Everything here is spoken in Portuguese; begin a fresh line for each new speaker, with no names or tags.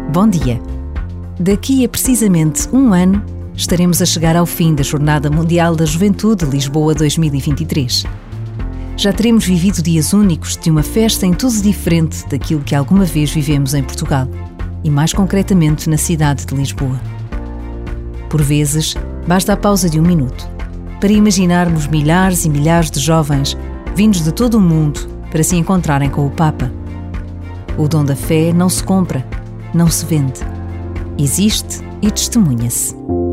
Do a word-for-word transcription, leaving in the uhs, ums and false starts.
Bom dia! Daqui a precisamente um ano, estaremos a chegar ao fim da Jornada Mundial da Juventude Lisboa dois mil e vinte e três. Já teremos vivido dias únicos de uma festa em tudo diferente daquilo que alguma vez vivemos em Portugal, e mais concretamente na cidade de Lisboa. Por vezes, basta a pausa de um minuto para imaginarmos milhares e milhares de jovens vindos de todo o mundo para se encontrarem com o Papa. O dom da fé não se compra, não se vende. Existe e testemunha-se.